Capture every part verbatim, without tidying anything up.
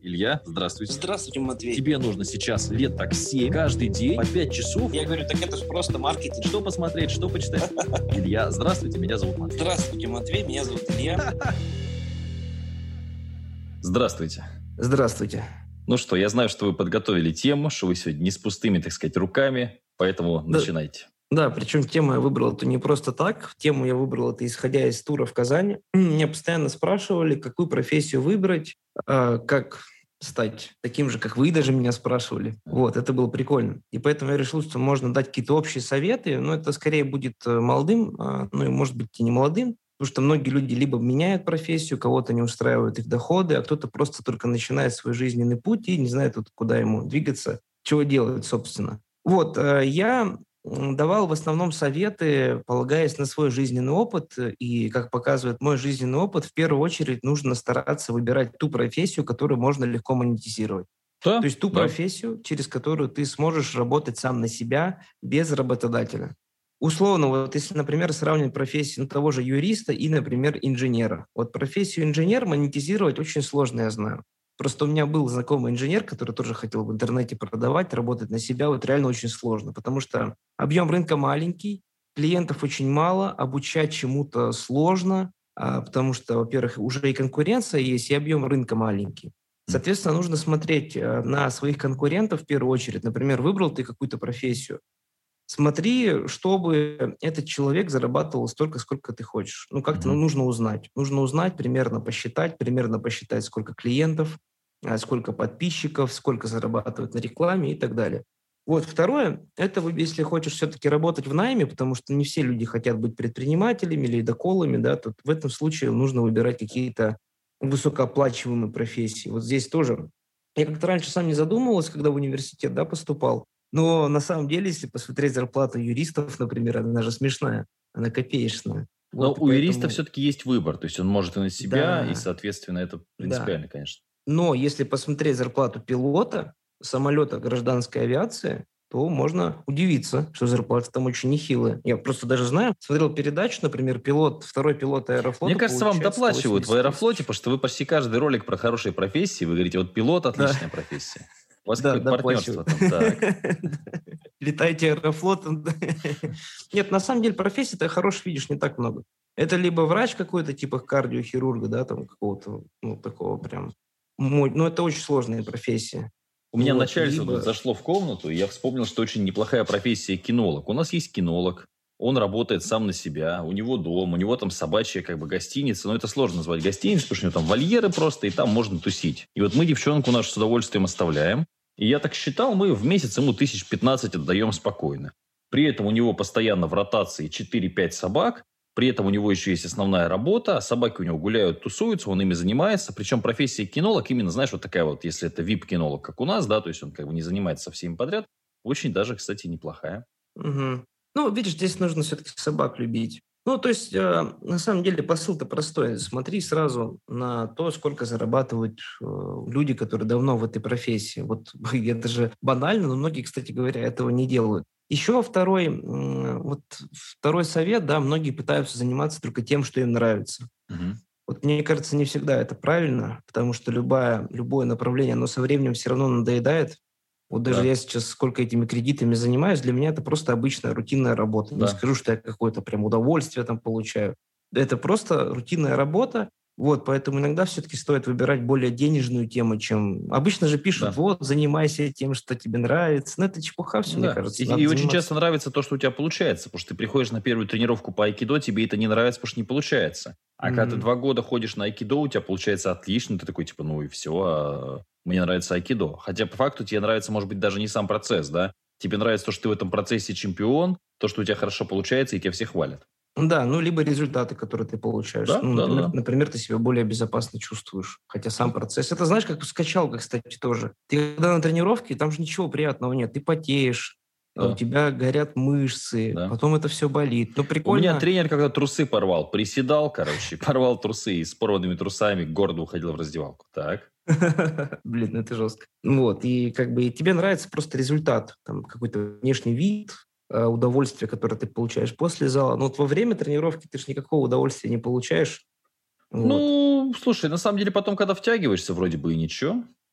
Илья, здравствуйте. Здравствуйте, Матвей. Тебе нужно сейчас лет так семь, каждый день, по пять часов. Я говорю, так это же просто маркетинг. Что посмотреть, что почитать? Илья, здравствуйте, меня зовут Матвей. Здравствуйте, Матвей, меня зовут Илья. Здравствуйте. Здравствуйте. Ну что, я знаю, что вы подготовили тему, что вы сегодня не с пустыми, так сказать, руками, поэтому да. начинайте. Да, причем тему я выбрал это не просто так. Тему я выбрал это исходя из тура в Казани. Меня постоянно спрашивали, какую профессию выбрать, как стать таким же, как вы даже меня спрашивали. Вот, это было прикольно. И поэтому я решил, что можно дать какие-то общие советы, но это скорее будет молодым, ну и может быть и не молодым, потому что многие люди либо меняют профессию, кого-то не устраивают их доходы, а кто-то просто только начинает свой жизненный путь и не знает, вот, куда ему двигаться, чего делать, собственно. Вот, я давал в основном советы, полагаясь на свой жизненный опыт. И, как показывает мой жизненный опыт, в первую очередь нужно стараться выбирать ту профессию, которую можно легко монетизировать. Да, То есть ту да. профессию, через которую ты сможешь работать сам на себя без работодателя. Условно, вот если, например, сравнивать профессию того же юриста и, например, инженера. Вот профессию инженер монетизировать очень сложно, я знаю. Просто у меня был знакомый инженер, который тоже хотел в интернете продавать, работать на себя. Вот реально очень сложно, потому что объем рынка маленький, клиентов очень мало, обучать чему-то сложно, потому что, во-первых, уже и конкуренция есть, и объем рынка маленький. Соответственно, нужно смотреть на своих конкурентов в первую очередь. Например, выбрал ты какую-то профессию, смотри, чтобы этот человек зарабатывал столько, сколько ты хочешь. Ну, как-то mm-hmm. ну, нужно узнать. Нужно узнать, примерно посчитать, примерно посчитать, сколько клиентов, сколько подписчиков, сколько зарабатывают на рекламе и так далее. Вот второе, это если хочешь все-таки работать в найме, потому что не все люди хотят быть предпринимателями или ледоколами, да, то в этом случае нужно выбирать какие-то высокооплачиваемые профессии. Вот здесь тоже. Я как-то раньше сам не задумывался, когда в университет да, поступал. Но на самом деле, если посмотреть зарплату юристов, например, она же смешная, она копеечная. Но вот, у поэтому... юриста все-таки есть выбор, то есть он может и на себя, да. и, соответственно, это принципиально, да. конечно. Но если посмотреть зарплату пилота самолета гражданской авиации, то можно удивиться, что зарплата там очень нехилая. Я просто даже знаю, смотрел передачу, например, пилот, второй пилот Аэрофлота. Мне кажется, вам доплачивают в Аэрофлоте, потому что вы почти каждый ролик про хорошие профессии, вы говорите, вот пилот – отличная да. профессия. У вас да, какое-то партнерство там. Так. Летайте Аэрофлотом. Нет, на самом деле профессий ты хороших видишь не так много. Это либо врач какой-то, типа кардиохирурга, да, там какого-то, ну, такого прям. Ну, это очень сложная профессия. У меня вот, начальство либо... тут зашло в комнату, и я вспомнил, что очень неплохая профессия кинолог. У нас есть кинолог, он работает сам на себя, у него дом, у него там собачья как бы гостиница. Но это сложно назвать гостиницей, потому что у него там вольеры просто, и там можно тусить. И вот мы девчонку нашу с удовольствием оставляем. И я так считал, мы в месяц ему тысяч пятнадцать отдаем спокойно. При этом у него постоянно в ротации четыре-пять собак. При этом у него еще есть основная работа, собаки у него гуляют, тусуются, он ими занимается. Причем профессия кинолог именно, знаешь, вот такая вот, если это ви ай пи-кинолог, как у нас, да, то есть он как бы не занимается всеми подряд, очень даже, кстати, неплохая. Угу. Ну, видишь, здесь нужно все-таки собак любить. Ну, то есть, э, на самом деле, посыл-то простой. Смотри сразу на то, сколько зарабатывают э, люди, которые давно в этой профессии. Вот это же банально, но многие, кстати говоря, этого не делают. Еще второй, вот второй совет, да, многие пытаются заниматься только тем, что им нравится. Угу. Вот мне кажется, не всегда это правильно, потому что любое, любое направление, оно со временем все равно надоедает. Вот даже да. я сейчас сколько этими кредитами занимаюсь, для меня это просто обычная рутинная работа. Да. Не скажу, что я какое-то прям удовольствие там получаю. Это просто рутинная работа. Вот, поэтому иногда все-таки стоит выбирать более денежную тему, чем... Обычно же пишут, да. вот, занимайся тем, что тебе нравится. Но это чепуха все, да. мне кажется. И, и очень часто нравится то, что у тебя получается, потому что ты приходишь на первую тренировку по айкидо, тебе это не нравится, потому что не получается. А mm-hmm. когда ты два года ходишь на айкидо, у тебя получается отлично, ты такой, типа, ну и все, а мне нравится айкидо. Хотя по факту тебе нравится, может быть, даже не сам процесс, да? Тебе нравится то, что ты в этом процессе чемпион, то, что у тебя хорошо получается, и тебя все хвалят. Да, ну, либо результаты, которые ты получаешь. Да, ну, да, например, да. например, ты себя более безопасно чувствуешь, хотя сам процесс. Это знаешь, как скачалка, кстати, тоже. Ты когда на тренировке, там же ничего приятного нет. Ты потеешь, да. у тебя горят мышцы, да. потом это все болит. Ну, прикольно. У меня тренер когда трусы порвал. Приседал, короче, порвал трусы и с порванными трусами гордо уходил в раздевалку. Так. Блин, ну это жестко. Вот, и как бы тебе нравится просто результат, там какой-то внешний вид, удовольствие, которое ты получаешь после зала. Но вот во время тренировки ты же никакого удовольствия не получаешь. Ну, вот. Слушай, на самом деле потом, когда втягиваешься, вроде бы и ничего.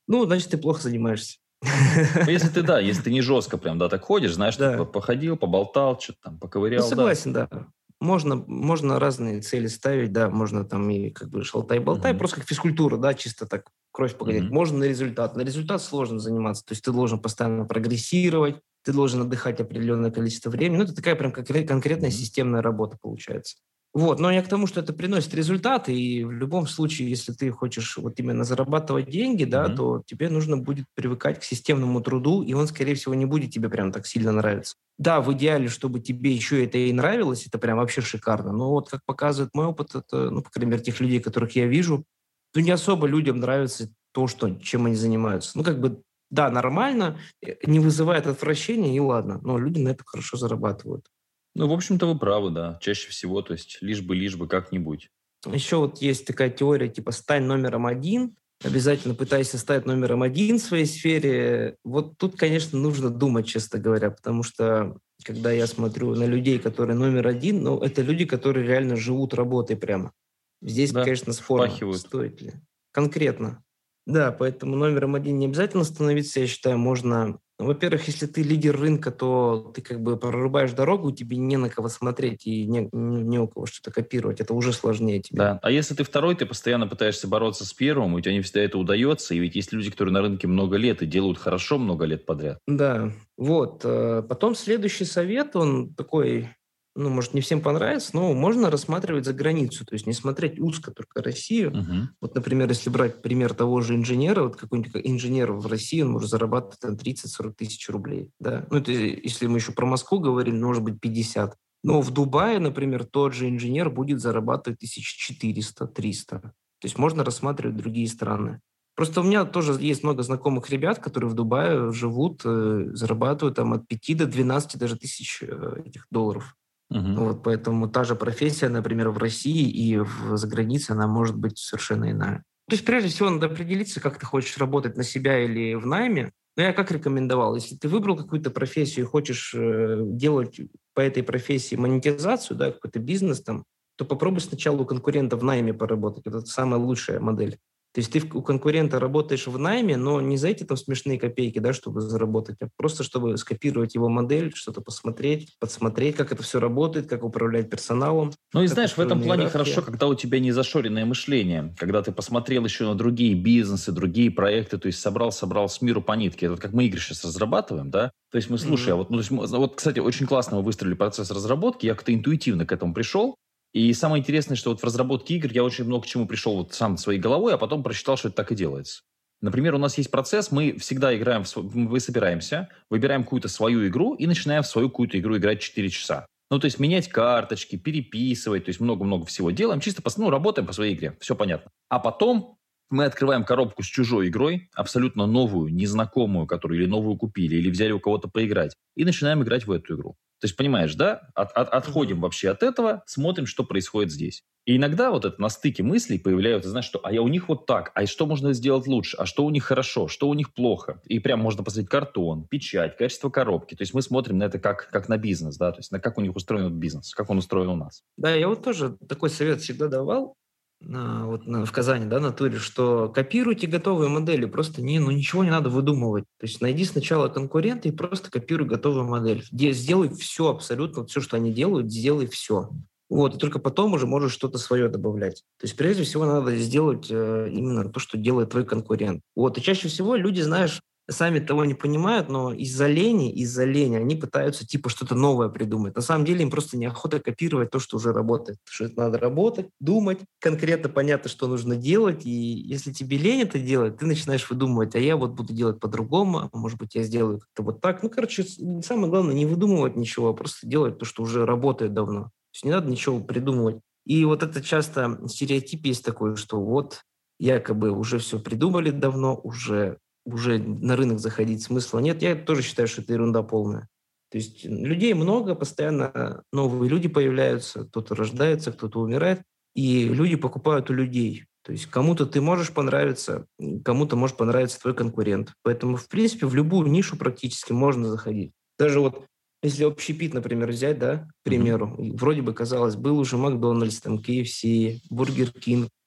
Ну, значит, ты плохо занимаешься. Ну, если ты, да, если ты не жестко прям, да, так ходишь, знаешь, ты Да. походил, поболтал, что-то там Ну, поковырял, да. согласен, да. Можно, можно разные цели ставить, да, можно там и как бы шалтай-болтай, Мгм. просто как физкультура, да, чисто так кровь погонять. Мгм. Можно на результат. На результат сложно заниматься, то есть ты должен постоянно прогрессировать, ты должен отдыхать определенное количество времени. Ну, это такая прям конкре- конкретная Мгм. системная работа получается. Вот, но я к тому, что это приносит результаты, и в любом случае, если ты хочешь вот именно зарабатывать деньги, да, Мгм. то тебе нужно будет привыкать к системному труду, и он, скорее всего, не будет тебе прям так сильно нравиться. Да, в идеале, чтобы тебе еще это и нравилось, это прям вообще шикарно. Но вот как показывает мой опыт, это, ну, по крайней мере, тех людей, которых я вижу, ну, не особо людям нравится то, что, чем они занимаются. Ну, как бы, да, нормально, э, не вызывает отвращения, и ладно. Но люди на это хорошо зарабатывают. Ну, в общем-то, вы правы, да. Чаще всего, то есть, лишь бы, лишь бы как-нибудь. Еще вот есть такая теория, типа «стань номером один», обязательно пытайся стать номером один в своей сфере. Вот тут, конечно, нужно думать, честно говоря, потому что когда я смотрю на людей, которые номер один, ну, это люди, которые реально живут работой прямо. Здесь, Да, конечно, спорно, впахивают. стоит ли. Конкретно. Да, поэтому номером один не обязательно становиться, я считаю, можно... Ну, во-первых, если ты лидер рынка, то ты как бы прорубаешь дорогу, тебе не на кого смотреть и не, не, не у кого что-то копировать. Это уже сложнее тебе. Да. А если ты второй, ты постоянно пытаешься бороться с первым, у тебя не всегда это удается. И ведь есть люди, которые на рынке много лет и делают хорошо много лет подряд. Да, вот. э, Потом следующий совет, он такой, ну, может, не всем понравится, но можно рассматривать за границу, то есть не смотреть узко только Россию. Мгм. Вот, например, если брать пример того же инженера, вот какой-нибудь инженер в России, он может зарабатывать там тридцать-сорок тысяч рублей, да. Ну, это если мы еще про Москву говорим, может быть, пятьдесят. Но в Дубае, например, тот же инженер будет зарабатывать тысяч четыреста-триста. То есть можно рассматривать другие страны. Просто у меня тоже есть много знакомых ребят, которые в Дубае живут, э, зарабатывают там от пяти до двенадцати даже тысяч э, этих долларов. Мгм. Вот, поэтому та же профессия, например, в России и в, за границей, она может быть совершенно иная. То есть, прежде всего, надо определиться, как ты хочешь работать на себя или в найме. Но я как рекомендовал, если ты выбрал какую-то профессию и хочешь э, делать по этой профессии монетизацию, да, какой-то бизнес там, то попробуй сначала у конкурента в найме поработать. Это самая лучшая модель. То есть ты в- у конкурента работаешь в найме, но не за эти там смешные копейки, да, чтобы заработать, а просто чтобы скопировать его модель, что-то посмотреть, подсмотреть, как это все работает, как управлять персоналом, Ну и как знаешь, в этом устроена плане иерархия. хорошо, когда у тебя не зашоренное мышление, когда ты посмотрел еще на другие бизнесы, другие проекты, то есть собрал, собрал с миру по нитке. Это вот как мы игры сейчас разрабатываем, да? То есть мы, слушай, а Мгм. вот, ну, то есть мы- вот, кстати, очень классно мы выстроили процесс разработки, я как-то интуитивно к этому пришел. И самое интересное, что вот в разработке игр я очень много к чему пришел вот сам своей головой, а потом прочитал, что это так и делается. Например, у нас есть процесс, мы всегда играем, в, св- мы собираемся, выбираем какую-то свою игру и начинаем в свою какую-то игру играть четыре часа. Ну, то есть менять карточки, переписывать, то есть много-много всего делаем, чисто пос- ну, работаем по своей игре, все понятно. А потом мы открываем коробку с чужой игрой, абсолютно новую, незнакомую, которую или новую купили, или взяли у кого-то поиграть, и начинаем играть в эту игру. То есть, понимаешь, да? От- от- отходим Мгм. вообще от этого, смотрим, что происходит здесь. И иногда вот это на стыке мыслей появляются, знаешь, что а я у них вот так, а что можно сделать лучше, а что у них хорошо, что у них плохо. И прям можно посмотреть картон, печать, качество коробки. То есть мы смотрим на это как, как на бизнес, да, то есть на как у них устроен этот бизнес, как он устроен у нас. Да, я вот тоже такой совет всегда давал на- вот на- в Казани, да, на туре, что копируйте готовые модели, просто не, ну, ничего не надо выдумывать. То есть найди сначала конкурента и просто копируй готовую модель. Де- сделай все абсолютно, все, что они делают, сделай все. Вот, и только потом уже можешь что-то свое добавлять. То есть прежде всего надо сделать э, именно то, что делает твой конкурент. Вот, и чаще всего люди, знаешь, сами того не понимают, но из-за лени, из-за лени они пытаются типа что-то новое придумать. На самом деле им просто неохота копировать то, что уже работает. Потому что это надо работать, думать, конкретно понятно, что нужно делать. И если тебе лень это делать, ты начинаешь выдумывать, а я вот буду делать по-другому, а может быть, я сделаю как-то вот так. Ну, короче, с- самое главное не выдумывать ничего, а просто делать то, что уже работает давно. То есть не надо ничего придумывать. И вот это часто стереотип есть такой, что вот якобы уже все придумали давно, уже уже на рынок заходить смысла нет. Я тоже считаю, что это ерунда полная. То есть людей много, постоянно новые люди появляются, кто-то рождается, кто-то умирает, и люди покупают у людей. То есть кому-то ты можешь понравиться, кому-то может понравиться твой конкурент. Поэтому, в принципе, в любую нишу практически можно заходить. Даже вот если общепит, например, взять, да, к Мгм. примеру, и вроде бы казалось, был уже Макдональдс, там, кей эф си, Бургер Кинг,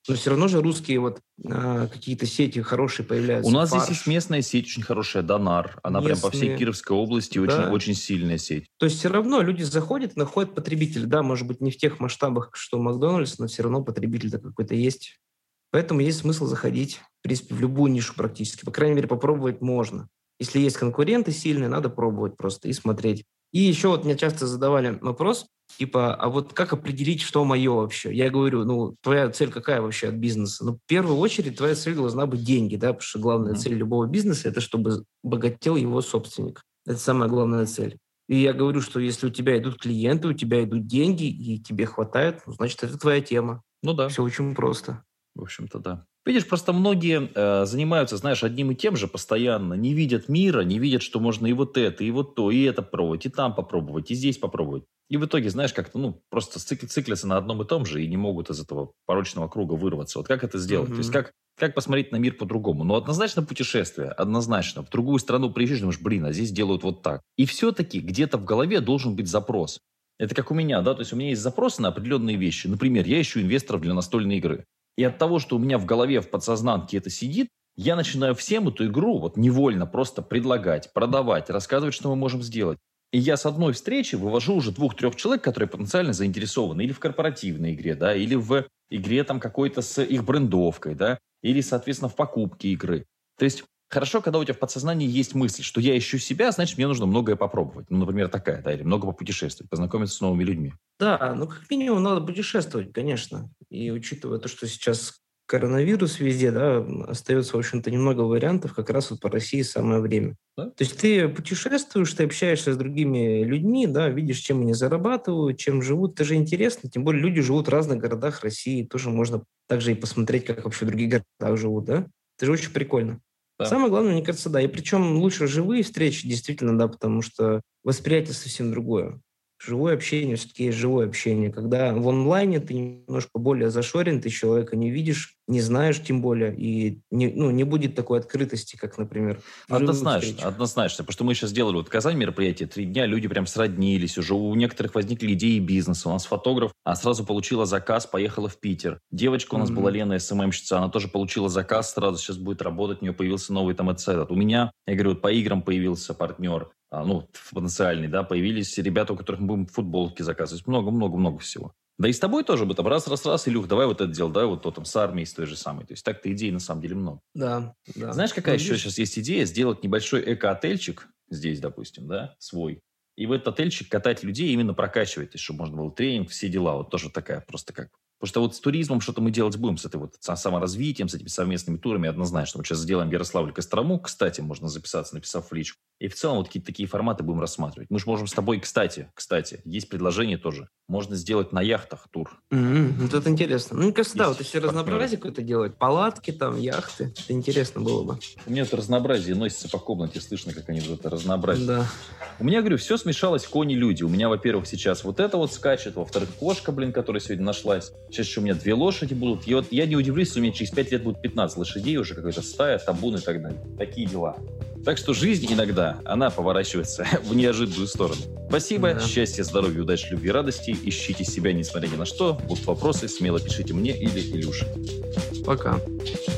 Но все равно же русские вот а, какие-то сети хорошие появляются. У нас Фарш, здесь есть местная сеть очень хорошая, Донар. Она прям по всей местные. Кировской области Да. очень-очень сильная сеть. То есть все равно люди заходят, находят потребителя. Да, может быть, не в тех масштабах, что Макдональдс, но все равно потребитель-то какой-то есть. Поэтому есть смысл заходить, в принципе, в любую нишу практически. По крайней мере, попробовать можно. Если есть конкуренты сильные, надо пробовать просто и смотреть. И еще вот мне часто задавали вопрос, типа, а вот как определить, что мое вообще? Я говорю, ну, твоя цель какая вообще от бизнеса? Ну, в первую очередь, твоя цель должна быть деньги, да, потому что главная Мгм. цель любого бизнеса – это чтобы богател его собственник. Это самая главная цель. И я говорю, что если у тебя идут клиенты, у тебя идут деньги, и тебе хватает, ну, значит, это твоя тема. Ну да. Все очень просто. В общем-то, да. Видишь, просто многие э, занимаются, знаешь, одним и тем же постоянно, не видят мира, не видят, что можно и вот это, и вот то, и это пробовать, и там попробовать, и здесь попробовать. И в итоге, знаешь, как-то, ну, просто цикл, циклятся на одном и том же и не могут из этого порочного круга вырваться. Вот как это сделать? Мгм. То есть как, как посмотреть на мир по-другому? Ну, однозначно путешествие, однозначно. В другую страну приезжаешь, думаешь, блин, а здесь делают вот так. И все-таки где-то в голове должен быть запрос. Это как у меня, да, то есть у меня есть запросы на определенные вещи. Например, я ищу инвесторов для настольной игры. И от того, что у меня в голове, в подсознанке это сидит, я начинаю всем эту игру вот невольно просто предлагать, продавать, рассказывать, что мы можем сделать. И я с одной встречи вывожу уже двух-трех человек, которые потенциально заинтересованы или в корпоративной игре, да, или в игре там какой-то с их брендовкой, да, или, соответственно, в покупке игры. То есть хорошо, когда у тебя в подсознании есть мысль, что я ищу себя, значит, мне нужно многое попробовать. Ну, например, такая, да, или много попутешествовать, познакомиться с новыми людьми. Да, ну как минимум надо путешествовать, конечно. И учитывая то, что сейчас коронавирус везде, да, остается, в общем-то, немного вариантов, как раз вот по России самое время. Да. То есть ты путешествуешь, ты общаешься с другими людьми, да, видишь, чем они зарабатывают, чем живут. Это же интересно, тем более люди живут в разных городах России, тоже можно также и посмотреть, как вообще в других городах живут, да. Это же очень прикольно. Да. Самое главное, мне кажется, да, и причем лучше живые встречи, действительно, да, потому что восприятие совсем другое. Живое общение все-таки есть живое общение. Когда в онлайне ты немножко более зашорен, ты человека не видишь, не знаешь тем более, и не, ну, не будет такой открытости, как, например, в живых Однозначно, встречах. однозначно. Потому что мы сейчас делали вот в Казани мероприятие, три дня, люди прям сроднились, уже у некоторых возникли идеи бизнеса. У нас фотограф, а сразу получила заказ, поехала в Питер. Девочка у нас Мгм. была, Лена, СММщица, она тоже получила заказ, сразу сейчас будет работать, у нее появился новый там этот. У меня, я говорю, вот по играм появился партнер, а, ну, потенциальный, да, появились ребята, у которых мы будем футболки заказывать. Много-много-много всего. Да и с тобой тоже бы там раз-раз-раз, Илюх, давай вот это дело, да, вот то там с армией, с той же самой. То есть так-то идей на самом деле много. Да, да. Знаешь, какая Ну, еще видишь, сейчас есть идея? Сделать небольшой эко-отельчик здесь, допустим, да, свой. И в этот отельчик катать людей, именно прокачивать, то есть, чтобы можно было тренинг, все дела. Вот тоже такая просто как... Потому что вот с туризмом что-то мы делать будем, с этой вот са- саморазвитием, с этими совместными турами, однозначно. Вот сейчас сделаем Ярославль-Кострому, кстати, можно записаться, написав в личку. И в целом вот какие-то такие форматы будем рассматривать. Мы же можем с тобой, кстати, кстати, есть предложение тоже. Можно сделать на яхтах тур. Мгм. Вот это интересно. Ну, мне кажется, да, Есть вот если партнеры. разнообразие какое-то делать, палатки там, яхты, это интересно было бы. У меня это разнообразие носится по комнате, слышно, как они вот это разнообразие. Да. У меня, говорю, все смешалось кони-люди. У меня, во-первых, сейчас вот это вот скачет, во-вторых, кошка, блин, которая сегодня нашлась. Сейчас еще у меня две лошади будут. И вот я не удивлюсь, если у меня через пять лет будет пятнадцать лошадей, уже какая-то стая, табун и так далее. Такие дела. Так что жизнь иногда, она поворачивается в неожиданную сторону. Спасибо, Да. счастья, здоровья, удачи, любви, радости. Ищите себя, несмотря ни на что. Будут вопросы, смело пишите мне или Илюше. Пока.